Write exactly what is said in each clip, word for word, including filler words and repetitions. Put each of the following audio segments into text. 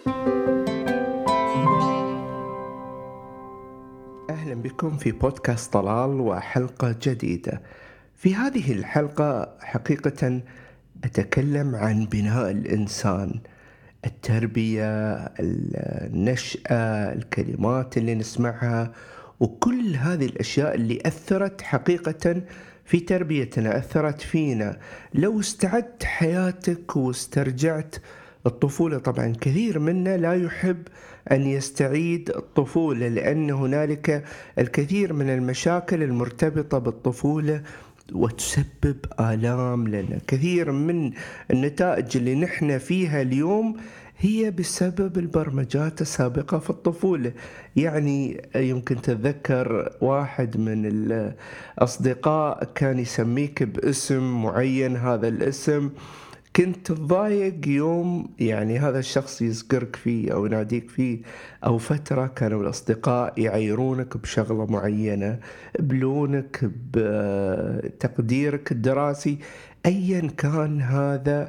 أهلا بكم في بودكاست طلال وحلقة جديدة. في هذه الحلقة حقيقة أتكلم عن بناء الإنسان، التربية، النشأة، الكلمات اللي نسمعها، وكل هذه الأشياء اللي أثرت حقيقة في تربيتنا، أثرت فينا. لو استعدت حياتك واسترجعت الطفولة، طبعا كثير منا لا يحب أن يستعيد الطفولة، لأن هنالك الكثير من المشاكل المرتبطة بالطفولة وتسبب آلام لنا. كثير من النتائج اللي نحن فيها اليوم هي بسبب البرمجات السابقة في الطفولة. يعني يمكن تتذكر واحد من الأصدقاء كان يسميك باسم معين، هذا الاسم كنت تضايق يوم يعني هذا الشخص يذكرك فيه أو يناديك فيه، أو فترة كانوا الأصدقاء يعيرونك بشغلة معينة، بلونك، بتقديرك الدراسي، أيا كان هذا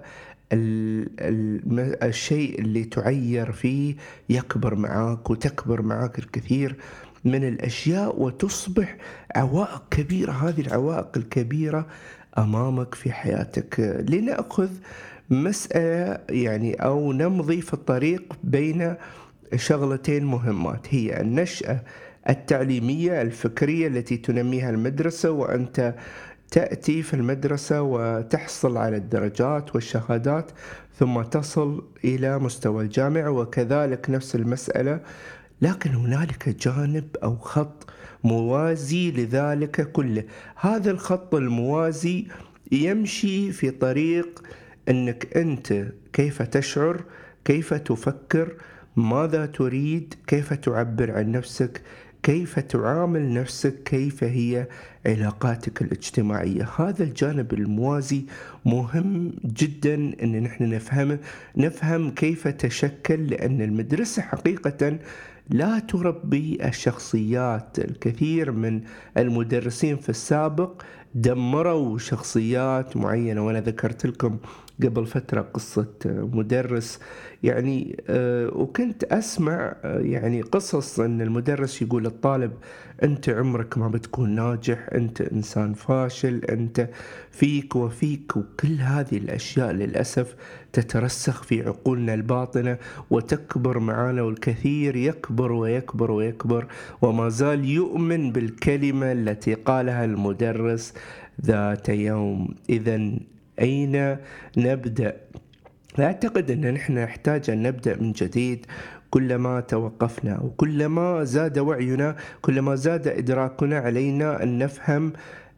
الشيء اللي تعير فيه يكبر معاك وتكبر معاك الكثير من الأشياء وتصبح عوائق كبيرة. هذه العوائق الكبيرة أمامك في حياتك. لنأخذ مسألة يعني أو نمضي في الطريق بين شغلتين مهمات، هي النشأة التعليمية الفكرية التي تنميها المدرسة، وأنت تأتي في المدرسة وتحصل على الدرجات والشهادات ثم تصل إلى مستوى الجامعة، وكذلك نفس المسألة. لكن هنالك جانب أو خط موازي لذلك كله. هذا الخط الموازي يمشي في طريق أنك أنت كيف تشعر، كيف تفكر، ماذا تريد، كيف تعبر عن نفسك، كيف تعامل نفسك، كيف هي علاقاتك الاجتماعية. هذا الجانب الموازي مهم جدا أن نحن نفهمه، نفهم كيف تشكل، لأن المدرسة حقيقة لا تربي الشخصيات. الكثير من المدرسين في السابق دمروا شخصيات معينة، وأنا ذكرت لكم قبل فترة قصة مدرس يعني أه وكنت أسمع أه يعني قصص أن المدرس يقول للطالب: أنت عمرك ما بتكون ناجح، أنت إنسان فاشل، أنت فيك وفيك. وكل هذه الأشياء للأسف تترسخ في عقولنا الباطنة وتكبر معنا، والكثير يكبر ويكبر ويكبر وما زال يؤمن بالكلمة التي قالها المدرس ذات يوم. إذن أين نبدأ؟ أعتقد أن نحن نحتاج أن نبدأ من جديد. كلما توقفنا وكلما زاد وعينا، كلما زاد إدراكنا، علينا أن نفهم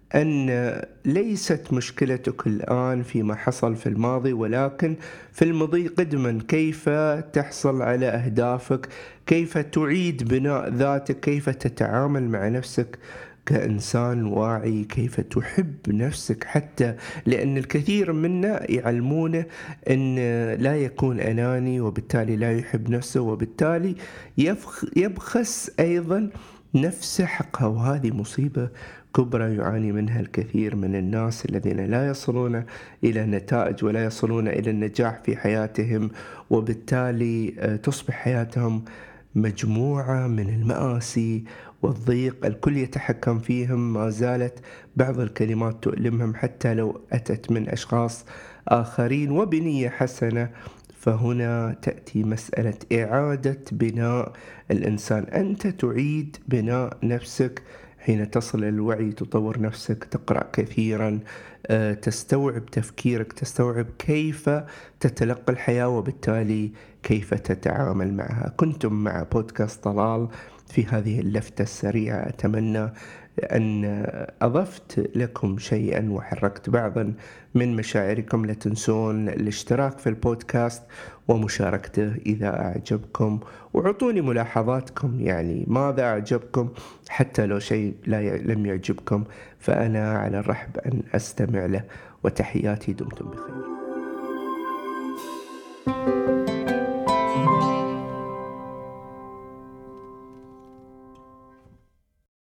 أن ليست مشكلتك الآن فيما حصل في الماضي، ولكن في المضي قدما. كيف تحصل على أهدافك، كيف تعيد بناء ذاتك، كيف تتعامل مع نفسك كإنسان واعي، كيف تحب نفسك. حتى لأن الكثير منا يعلمونه أن لا يكون أناني، وبالتالي لا يحب نفسه، وبالتالي يبخس أيضا نفسه حقها. وهذه مصيبة كبرى يعاني منها الكثير من الناس الذين لا يصلون إلى نتائج ولا يصلون إلى النجاح في حياتهم، وبالتالي تصبح حياتهم مجموعة من المآسي والضيق. الكل يتحكم فيهم. ما زالت بعض الكلمات تؤلمهم حتى لو أتت من أشخاص آخرين وبنية حسنة. فهنا تأتي مسألة إعادة بناء الإنسان. أنت تعيد بناء نفسك حين تصل الوعي، تطور نفسك، تقرأ كثيرا، تستوعب تفكيرك، تستوعب كيف تتلقى الحياة، وبالتالي كيف تتعامل معها. كنتم مع بودكاست طلال في هذه اللفتة السريعة. أتمنى أن أضفت لكم شيئا وحركت بعضا من مشاعركم. لا تنسون الاشتراك في البودكاست ومشاركته إذا أعجبكم، وعطوني ملاحظاتكم، يعني ماذا أعجبكم. حتى لو شيء لا لم يعجبكم فأنا على الرحب أن أستمع له. وتحياتي، دمتم بخير.